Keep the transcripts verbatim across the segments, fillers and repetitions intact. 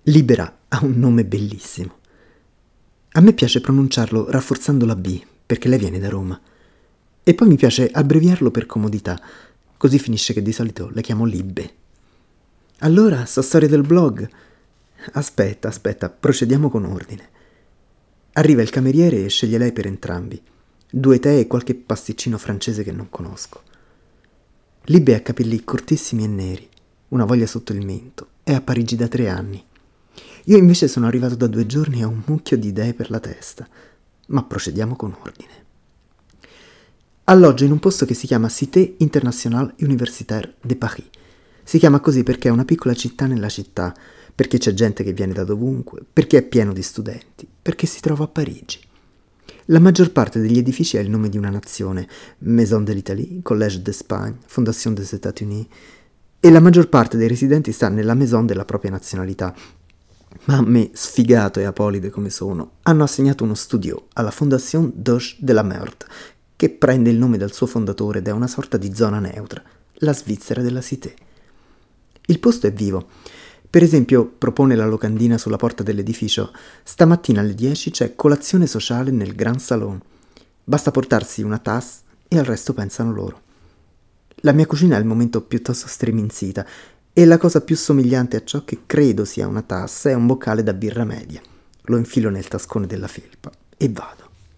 Libera ha un nome bellissimo. A me piace pronunciarlo rafforzando la B, perché lei viene da Roma. E poi mi piace abbreviarlo per comodità, così finisce che di solito la chiamo Libbe. Allora, sta storia del blog. Aspetta, aspetta, procediamo con ordine. Arriva il cameriere e sceglie lei per entrambi. Due tè e qualche pasticcino francese che non conosco. Libbe ha capelli cortissimi e neri, una voglia sotto il mento, è a Parigi da tre anni. Io invece sono arrivato da due giorni e ho un mucchio di idee per la testa, ma procediamo con ordine. Alloggio in un posto che si chiama Cité Internationale Universitaire de Paris. Si chiama così perché è una piccola città nella città, perché c'è gente che viene da dovunque, perché è pieno di studenti, perché si trova a Parigi. La maggior parte degli edifici ha il nome di una nazione, Maison de l'Italie, Collège d'Espagne, Fondation des États-Unis, e la maggior parte dei residenti sta nella maison della propria nazionalità. Ma a me, sfigato e apolide come sono, hanno assegnato uno studio alla Fondation Doge de la Meurthe, che prende il nome dal suo fondatore ed è una sorta di zona neutra, la Svizzera della Cité. Il posto è vivo. Per esempio, propone la locandina sulla porta dell'edificio, stamattina alle dieci c'è colazione sociale nel Grand Salon. Basta portarsi una tasse e al resto pensano loro. La mia cucina è al momento piuttosto striminzita e la cosa più somigliante a ciò che credo sia una tassa è un boccale da birra media. Lo infilo nel tascone della felpa e vado.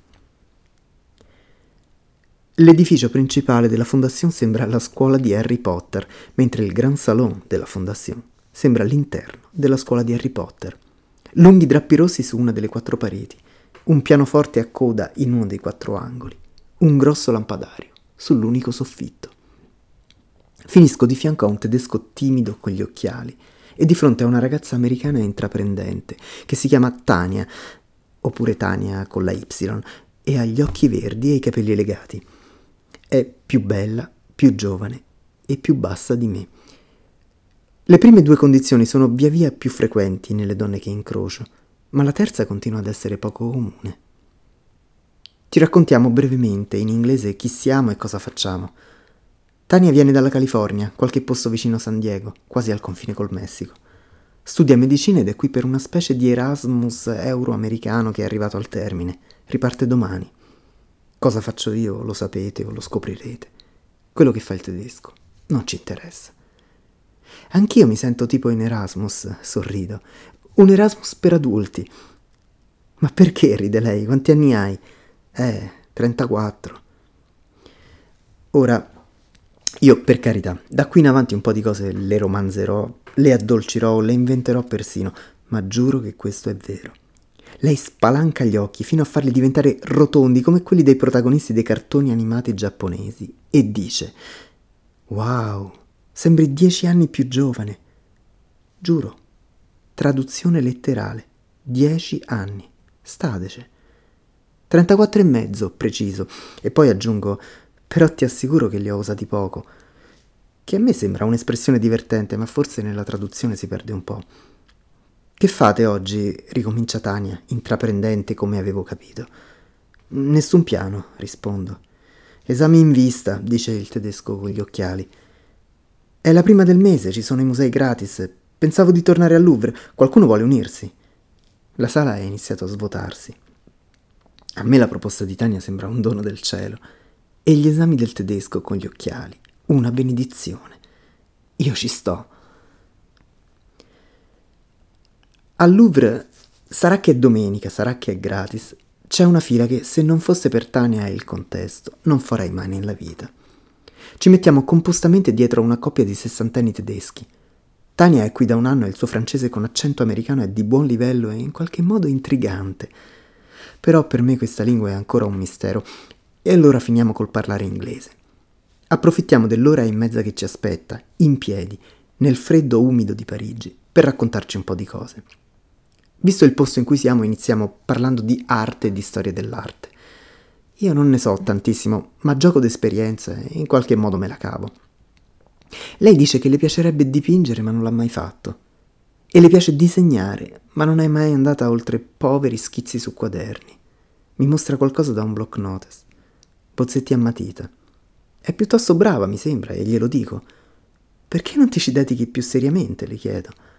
L'edificio principale della Fondation sembra la scuola di Harry Potter, mentre il Grand Salon della Fondation sembra l'interno della scuola di Harry Potter. Lunghi drappi rossi su una delle quattro pareti, un pianoforte a coda in uno dei quattro angoli, un grosso lampadario sull'unico soffitto. Finisco di fianco a un tedesco timido con gli occhiali e di fronte a una ragazza americana intraprendente che si chiama Tania, oppure Tania con la Y, e ha gli occhi verdi e i capelli legati. È più bella, più giovane e più bassa di me. Le prime due condizioni sono via via più frequenti nelle donne che incrocio, ma la terza continua ad essere poco comune. Ci raccontiamo brevemente in inglese chi siamo e cosa facciamo. Tania viene dalla California, qualche posto vicino San Diego, quasi al confine col Messico. Studia medicina ed è qui per una specie di Erasmus euro-americano che è arrivato al termine. Riparte domani. Cosa faccio io lo sapete o lo scoprirete. Quello che fa il tedesco non ci interessa. Anch'io mi sento tipo in Erasmus, sorrido. Un Erasmus per adulti. Ma perché, ride lei? Quanti anni hai? Eh, trentaquattro. Ora, io, per carità, da qui in avanti un po' di cose le romanzerò, le addolcirò, le inventerò persino, ma giuro che questo è vero. Lei spalanca gli occhi fino a farli diventare rotondi come quelli dei protagonisti dei cartoni animati giapponesi e dice: «Wow, sembri dieci anni più giovane». Giuro, traduzione letterale, dieci anni, statece. trentaquattro e mezzo, preciso, e poi aggiungo: «Però ti assicuro che li ho usati poco», che a me sembra un'espressione divertente, ma forse nella traduzione si perde un po'. «Che fate oggi?» ricomincia Tania, intraprendente come avevo capito. «Nessun piano», rispondo. «Esami in vista», dice il tedesco con gli occhiali. «È la prima del mese, ci sono i musei gratis. Pensavo di tornare al Louvre. Qualcuno vuole unirsi?» La sala è iniziato a svuotarsi. A me la proposta di Tania sembra un dono del cielo. E gli esami del tedesco con gli occhiali, una benedizione. Io ci sto. Al Louvre, sarà che è domenica, sarà che è gratis, c'è una fila che, se non fosse per Tania e il contesto, non farei mai nella vita. Ci mettiamo compostamente dietro a una coppia di sessantenni tedeschi. Tania è qui da un anno e il suo francese con accento americano è di buon livello e in qualche modo intrigante. Però per me questa lingua è ancora un mistero, e allora finiamo col parlare inglese. Approfittiamo dell'ora e mezza che ci aspetta, in piedi, nel freddo umido di Parigi, per raccontarci un po' di cose. Visto il posto in cui siamo, iniziamo parlando di arte e di storia dell'arte. Io non ne so tantissimo, ma gioco d'esperienza e in qualche modo me la cavo. Lei dice che le piacerebbe dipingere, ma non l'ha mai fatto. E le piace disegnare, ma non è mai andata oltre poveri schizzi su quaderni. Mi mostra qualcosa da un block notice. Bozzetti a matita. È piuttosto brava, mi sembra, e glielo dico. Perché non ti ci dedichi più seriamente, le chiedo.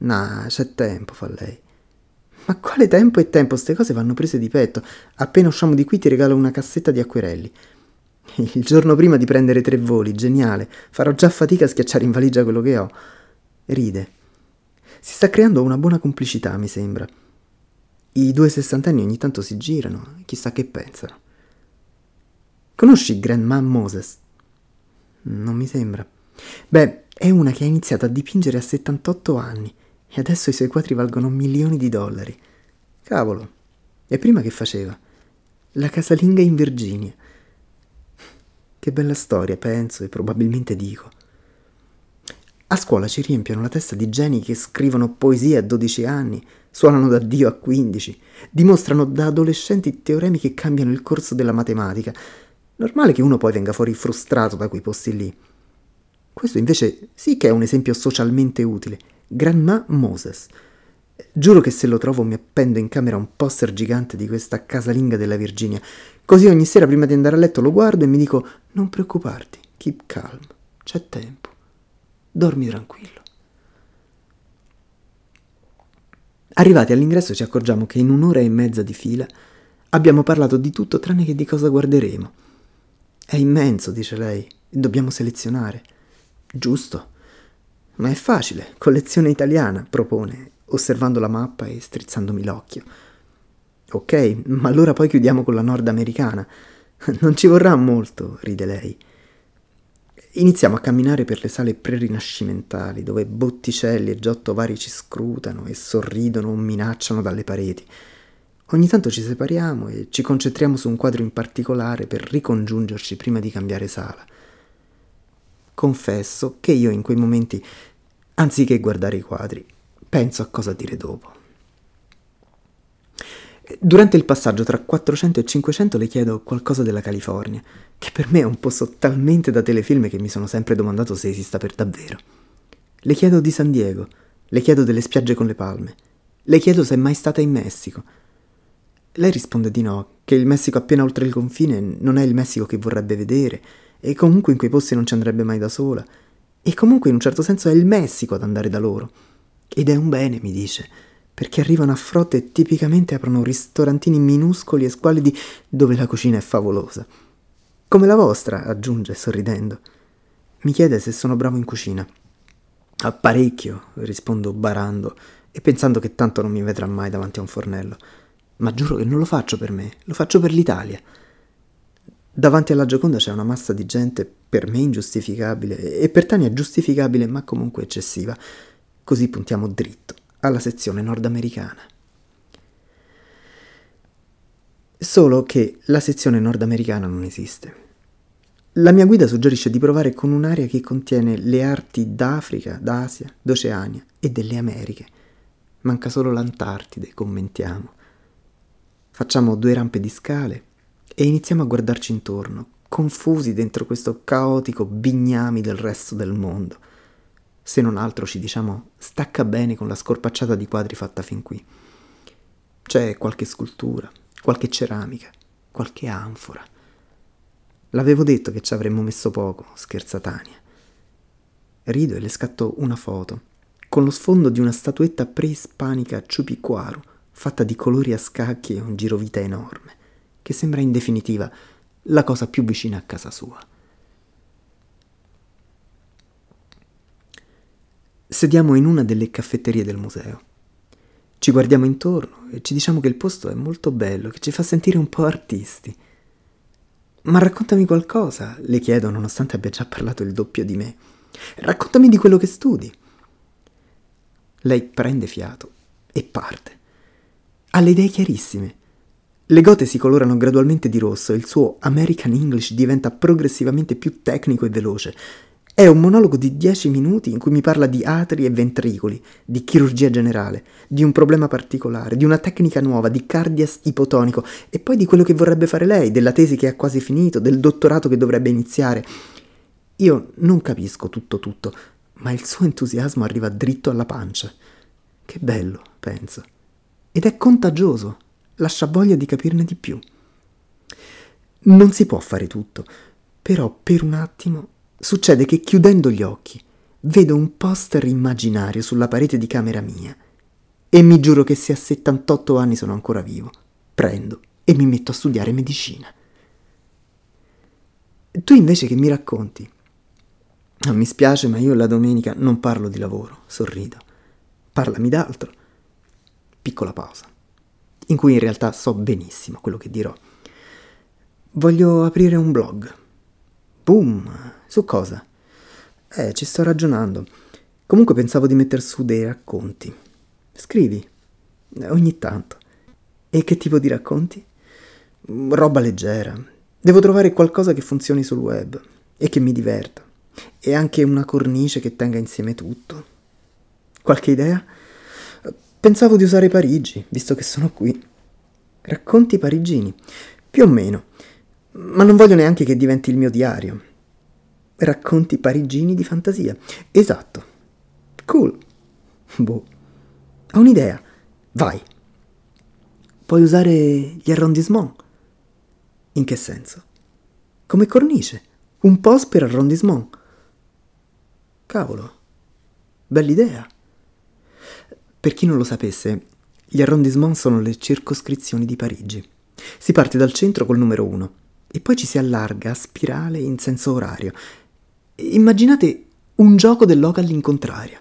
Nah, c'è tempo, fa lei. Ma quale tempo e tempo? Ste cose vanno prese di petto. Appena usciamo di qui ti regalo una cassetta di acquerelli. Il giorno prima di prendere tre voli, geniale. Farò già fatica a schiacciare in valigia quello che ho. Ride. Si sta creando una buona complicità, mi sembra. I due sessantenni ogni tanto si girano, chissà che pensano. Conosci Grandma Moses? Non mi sembra. Beh, è una che ha iniziato a dipingere a settantotto anni e adesso i suoi quadri valgono milioni di dollari. Cavolo. E prima che faceva? La casalinga in Virginia. Che bella storia, penso e probabilmente dico. A scuola ci riempiono la testa di geni che scrivono poesie a dodici anni, suonano da Dio a quindici, dimostrano da adolescenti teoremi che cambiano il corso della matematica. Normale che uno poi venga fuori frustrato da quei posti lì. Questo invece sì che è un esempio socialmente utile. Grandma Moses. Giuro che se lo trovo mi appendo in camera un poster gigante di questa casalinga della Virginia. Così ogni sera prima di andare a letto lo guardo e mi dico: non preoccuparti, keep calm, c'è tempo. Dormi tranquillo. Arrivati all'ingresso ci accorgiamo che in un'ora e mezza di fila abbiamo parlato di tutto tranne che di cosa guarderemo. È immenso, dice lei, e dobbiamo selezionare. Giusto. Ma è facile, collezione italiana, propone, osservando la mappa e strizzandomi l'occhio. Ok, ma allora poi chiudiamo con la nordamericana. Non ci vorrà molto, ride lei. Iniziamo a camminare per le sale pre-rinascimentali, dove Botticelli e Giotto vari ci scrutano e sorridono o minacciano dalle pareti. Ogni tanto ci separiamo e ci concentriamo su un quadro in particolare per ricongiungerci prima di cambiare sala. Confesso che io in quei momenti, anziché guardare i quadri, penso a cosa dire dopo. Durante il passaggio tra quattrocento e cinquecento le chiedo qualcosa della California, che per me è un posto talmente da telefilm che mi sono sempre domandato se esista per davvero. Le chiedo di San Diego, le chiedo delle spiagge con le palme, le chiedo se è mai stata in Messico. Lei risponde di no, che il Messico appena oltre il confine non è il Messico che vorrebbe vedere, e comunque in quei posti non ci andrebbe mai da sola, e comunque in un certo senso è il Messico ad andare da loro. Ed è un bene, mi dice, perché arrivano a frotte e tipicamente aprono ristorantini minuscoli e squallidi dove la cucina è favolosa. Come la vostra, aggiunge sorridendo. Mi chiede se sono bravo in cucina. Ah, parecchio, rispondo barando e pensando che tanto non mi vedrà mai davanti a un fornello. Ma giuro che non lo faccio per me, lo faccio per l'Italia. Davanti alla Gioconda c'è una massa di gente per me ingiustificabile e per Tania giustificabile ma comunque eccessiva. Così puntiamo dritto alla sezione nordamericana. Solo che la sezione nordamericana non esiste. La mia guida suggerisce di provare con un'area che contiene le arti d'Africa, d'Asia, d'Oceania e delle Americhe. Manca solo l'Antartide, commentiamo. Facciamo due rampe di scale e iniziamo a guardarci intorno, confusi dentro questo caotico bignami del resto del mondo. Se non altro ci diciamo stacca bene con la scorpacciata di quadri fatta fin qui. C'è qualche scultura, qualche ceramica, qualche anfora. L'avevo detto che ci avremmo messo poco, scherza Tania. Rido e le scatto una foto, con lo sfondo di una statuetta preispanica a Ciupiquaru, fatta di colori a scacchi e un girovita enorme, che sembra in definitiva la cosa più vicina a casa sua. Sediamo in una delle caffetterie del museo. Ci guardiamo intorno e ci diciamo che il posto è molto bello, che ci fa sentire un po' artisti. Ma raccontami qualcosa, le chiedo nonostante abbia già parlato il doppio di me. Raccontami di quello che studi. Lei prende fiato e parte. Ha le idee chiarissime. Le gote si colorano gradualmente di rosso e il suo American English diventa progressivamente più tecnico e veloce. È un monologo di dieci minuti in cui mi parla di atri e ventricoli, di chirurgia generale, di un problema particolare, di una tecnica nuova, di cardias ipotonico e poi di quello che vorrebbe fare lei, della tesi che ha quasi finito, del dottorato che dovrebbe iniziare. Io non capisco tutto tutto, ma il suo entusiasmo arriva dritto alla pancia. Che bello, penso. Ed è contagioso, lascia voglia di capirne di più. Non si può fare tutto, però per un attimo succede che chiudendo gli occhi vedo un poster immaginario sulla parete di camera mia e mi giuro che se a settantotto anni sono ancora vivo, prendo e mi metto a studiare medicina. Tu invece che mi racconti? Ah, mi spiace, ma io la domenica non parlo di lavoro, sorrido. Parlami d'altro. Piccola pausa, in cui in realtà so benissimo quello che dirò. Voglio aprire un blog. Boom! Su cosa? Eh, ci sto ragionando. Comunque pensavo di metter su dei racconti. Scrivi. Ogni tanto. E che tipo di racconti? Roba leggera. Devo trovare qualcosa che funzioni sul web e che mi diverta. E anche una cornice che tenga insieme tutto. Qualche idea? Pensavo di usare Parigi, visto che sono qui. Racconti parigini. Più o meno. Ma non voglio neanche che diventi il mio diario. Racconti parigini di fantasia. Esatto. Cool. Boh. Ho un'idea. Vai. Puoi usare gli arrondissement. In che senso? Come cornice. Un post per arrondissement. Cavolo. Bell'idea. Per chi non lo sapesse, gli arrondissement sono le circoscrizioni di Parigi. Si parte dal centro col numero uno e poi ci si allarga a spirale in senso orario. Immaginate un gioco del local in contrario.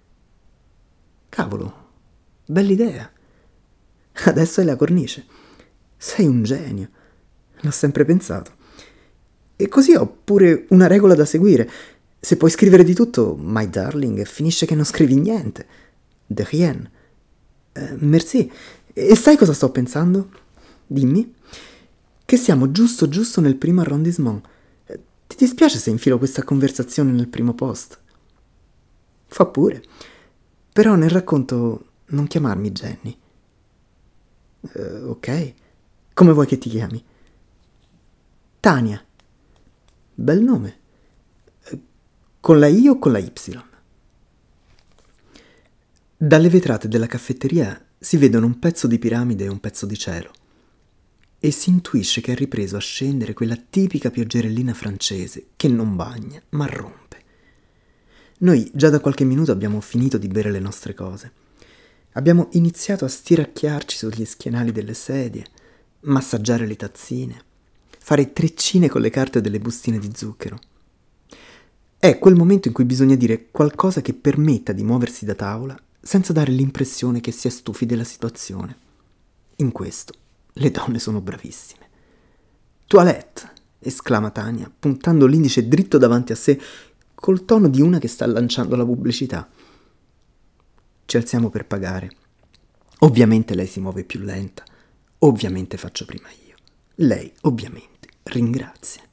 Cavolo, bell'idea. Adesso hai la cornice. Sei un genio. L'ho sempre pensato. E così ho pure una regola da seguire. Se puoi scrivere di tutto, my darling, finisce che non scrivi niente. De rien. Eh, merci. E sai cosa sto pensando? Dimmi. Che siamo giusto giusto nel primo arrondissement. Eh, ti dispiace se infilo questa conversazione nel primo post? Fa pure. Però nel racconto non chiamarmi Jenny. Eh, ok. Come vuoi che ti chiami? Tania. Bel nome. Eh, con la I o con la Y? Dalle vetrate della caffetteria si vedono un pezzo di piramide e un pezzo di cielo e si intuisce che è ripreso a scendere quella tipica pioggerellina francese che non bagna ma rompe. Noi già da qualche minuto abbiamo finito di bere le nostre cose. Abbiamo iniziato a stiracchiarci sugli schienali delle sedie, massaggiare le tazzine, fare treccine con le carte delle bustine di zucchero. È quel momento in cui bisogna dire qualcosa che permetta di muoversi da tavola senza dare l'impressione che si è stufi della situazione. In questo le donne sono bravissime. Toilette! Esclama Tania, puntando l'indice dritto davanti a sé, col tono di una che sta lanciando la pubblicità. Ci alziamo per pagare. Ovviamente lei si muove più lenta. Ovviamente faccio prima io. Lei, ovviamente, ringrazia.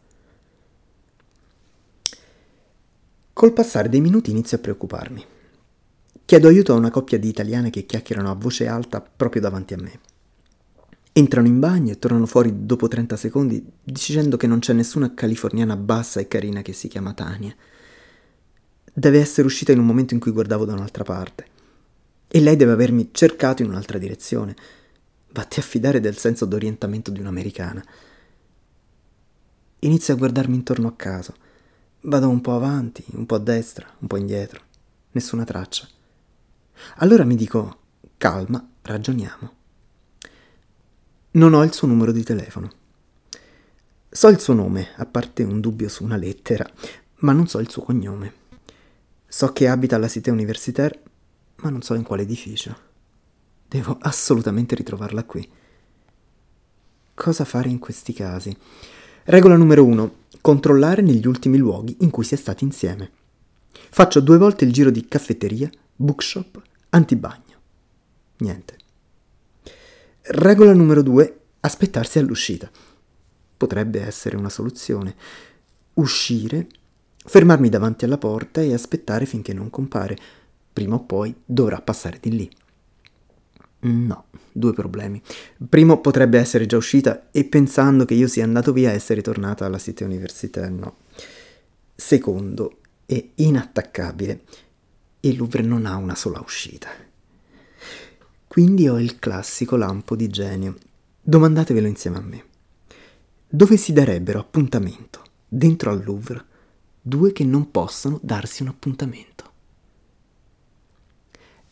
Col passare dei minuti inizio a preoccuparmi. Chiedo aiuto a una coppia di italiane che chiacchierano a voce alta proprio davanti a me. Entrano in bagno e tornano fuori dopo trenta secondi dicendo che non c'è nessuna californiana bassa e carina che si chiama Tania. Deve essere uscita in un momento in cui guardavo da un'altra parte. E lei deve avermi cercato in un'altra direzione. Vatti a fidare del senso d'orientamento di un'americana. Inizio a guardarmi intorno a caso. Vado un po' avanti, un po' a destra, un po' indietro. Nessuna traccia. Allora mi dico, calma, ragioniamo. Non ho il suo numero di telefono. So il suo nome, a parte un dubbio su una lettera, ma non so il suo cognome. So che abita alla Cité Universitaire, ma non so in quale edificio. Devo assolutamente ritrovarla qui. Cosa fare in questi casi? Regola numero uno. Controllare negli ultimi luoghi in cui si è stati insieme. Faccio due volte il giro di caffetteria, bookshop, antibagno. Niente. Regola numero due. Aspettarsi all'uscita. Potrebbe essere una soluzione. Uscire, fermarmi davanti alla porta e aspettare finché non compare. Prima o poi dovrà passare di lì. No, due problemi. Primo, potrebbe essere già uscita e pensando che io sia andato via essere tornata alla Cité Universitaire, no. Secondo, è inattaccabile e il Louvre non ha una sola uscita. Quindi ho il classico lampo di genio. Domandatevelo insieme a me. Dove si darebbero appuntamento dentro al Louvre due che non possono darsi un appuntamento?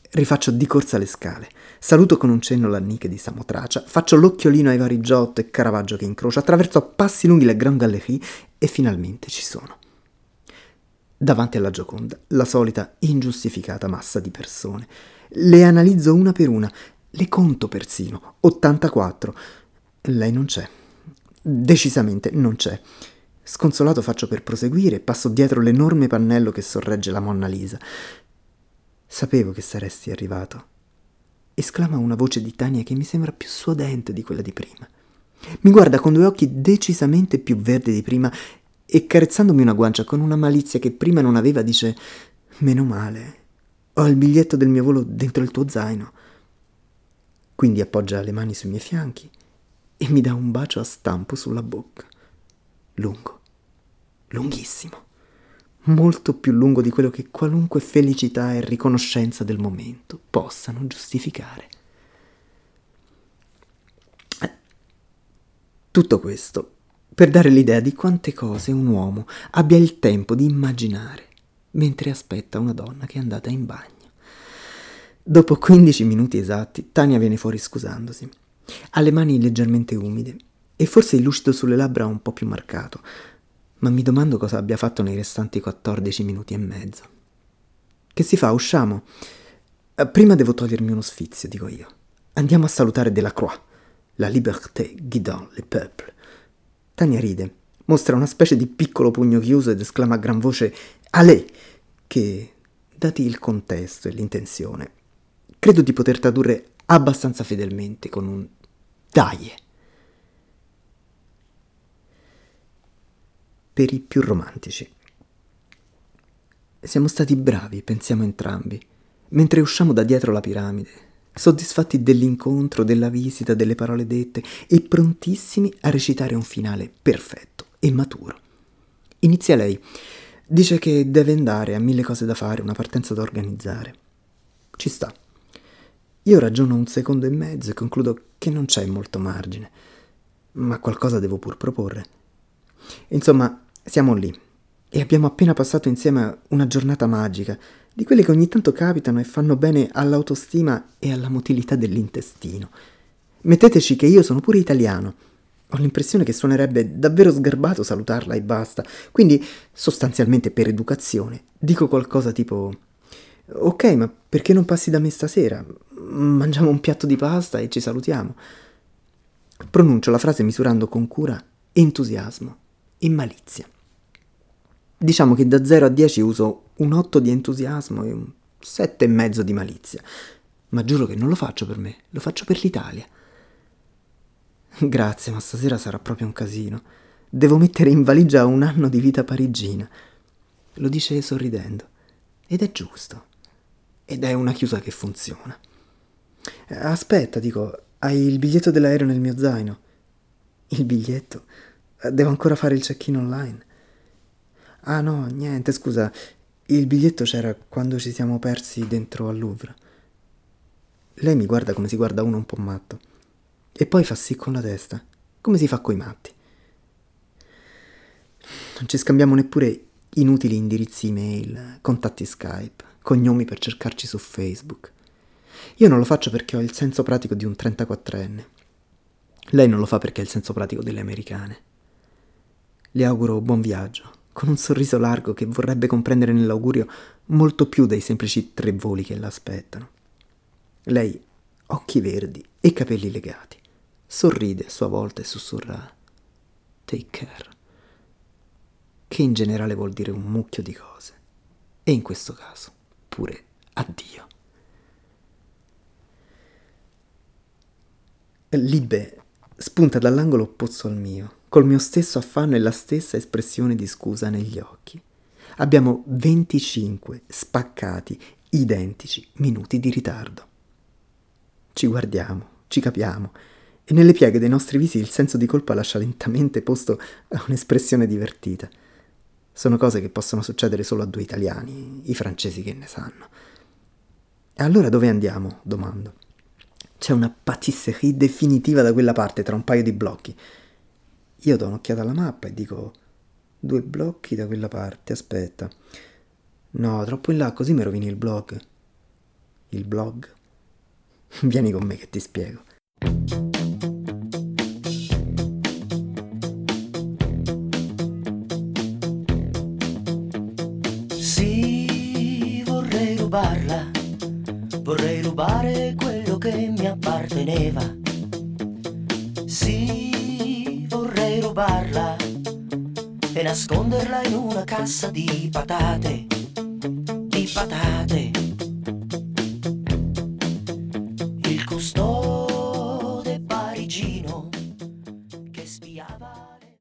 Rifaccio di corsa le scale, saluto con un cenno l'anniche di Samotracia, faccio l'occhiolino ai vari Giotto e Caravaggio che incrocio, attraverso a passi lunghi le Grand Galerie e finalmente ci sono. Davanti alla Gioconda, la solita ingiustificata massa di persone. Le analizzo una per una, le conto persino, ottantaquattro. Lei non c'è. Decisamente non c'è. Sconsolato faccio per proseguire e passo dietro l'enorme pannello che sorregge la Monna Lisa. Sapevo che saresti arrivato, esclama una voce di Tania che mi sembra più suadente di quella di prima. Mi guarda con due occhi decisamente più verdi di prima e carezzandomi una guancia con una malizia che prima non aveva dice: meno male, ho il biglietto del mio volo dentro il tuo zaino. Quindi appoggia le mani sui miei fianchi e mi dà un bacio a stampo sulla bocca. Lungo, lunghissimo. Molto più lungo di quello che qualunque felicità e riconoscenza del momento possano giustificare. Tutto questo per dare l'idea di quante cose un uomo abbia il tempo di immaginare mentre aspetta una donna che è andata in bagno. Dopo quindici minuti esatti, Tania viene fuori scusandosi. Ha le mani leggermente umide e forse il lucido sulle labbra un po' più marcato, ma mi domando cosa abbia fatto nei restanti quattordici minuti e mezzo. Che si fa? Usciamo? Prima devo togliermi uno sfizio, dico io. Andiamo a salutare Delacroix. La liberté guidant le peuples. Tania ride, mostra una specie di piccolo pugno chiuso ed esclama a gran voce «Allez!», che, dati il contesto e l'intenzione, credo di poter tradurre abbastanza fedelmente con un «Dai!». Per i più romantici. Siamo stati bravi, pensiamo entrambi, mentre usciamo da dietro la piramide, soddisfatti dell'incontro, della visita, delle parole dette e prontissimi a recitare un finale perfetto e maturo. Inizia lei. Dice che deve andare, ha mille cose da fare, una partenza da organizzare. Ci sta. Io ragiono un secondo e mezzo e concludo che non c'è molto margine, ma qualcosa devo pur proporre. Insomma, siamo lì e abbiamo appena passato insieme una giornata magica, di quelle che ogni tanto capitano e fanno bene all'autostima e alla motilità dell'intestino. Metteteci che io sono pure italiano. Ho l'impressione che suonerebbe davvero sgarbato salutarla e basta, quindi sostanzialmente per educazione dico qualcosa tipo: ok, ma perché non passi da me stasera? Mangiamo un piatto di pasta e ci salutiamo. Pronuncio la frase misurando con cura entusiasmo e malizia. Diciamo che da zero a dieci uso un otto di entusiasmo e un sette e mezzo di malizia, ma giuro che non lo faccio per me, lo faccio per l'Italia. Grazie, ma stasera sarà proprio un casino. Devo mettere in valigia un anno di vita parigina. Lo dice sorridendo. Ed è giusto. Ed è una chiusa che funziona. Aspetta, dico, hai il biglietto dell'aereo nel mio zaino? Il biglietto? Devo ancora fare il check-in online. Ah no, niente, scusa, il biglietto c'era quando ci siamo persi dentro al Louvre. Lei mi guarda come si guarda uno un po' matto e poi fa sì con la testa, come si fa coi matti. Non ci scambiamo neppure inutili indirizzi email, contatti Skype, cognomi per cercarci su Facebook. Io non lo faccio perché ho il senso pratico di un trentaquattrenne. Lei non lo fa perché ha il senso pratico delle americane. Le auguro buon viaggio, con un sorriso largo che vorrebbe comprendere nell'augurio molto più dei semplici tre voli che l'aspettano. Lei, occhi verdi e capelli legati, sorride a sua volta e sussurra «Take care», che in generale vuol dire un mucchio di cose, e in questo caso pure addio. Libè spunta dall'angolo opposto al mio, col mio stesso affanno e la stessa espressione di scusa negli occhi. Abbiamo venticinque spaccati, identici minuti di ritardo. Ci guardiamo, ci capiamo, e nelle pieghe dei nostri visi il senso di colpa lascia lentamente posto a un'espressione divertita. Sono cose che possono succedere solo a due italiani, i francesi che ne sanno. E allora dove andiamo? Domando. C'è una patisserie definitiva da quella parte, tra un paio di blocchi. Io do un'occhiata alla mappa e dico: due blocchi da quella parte, aspetta. No, troppo in là, così mi rovini il blog. Il blog? Vieni con me che ti spiego. Sì, vorrei rubarla, vorrei rubare quello che mi apparteneva. Sì, vorrei rubarla e nasconderla in una cassa di patate, di patate.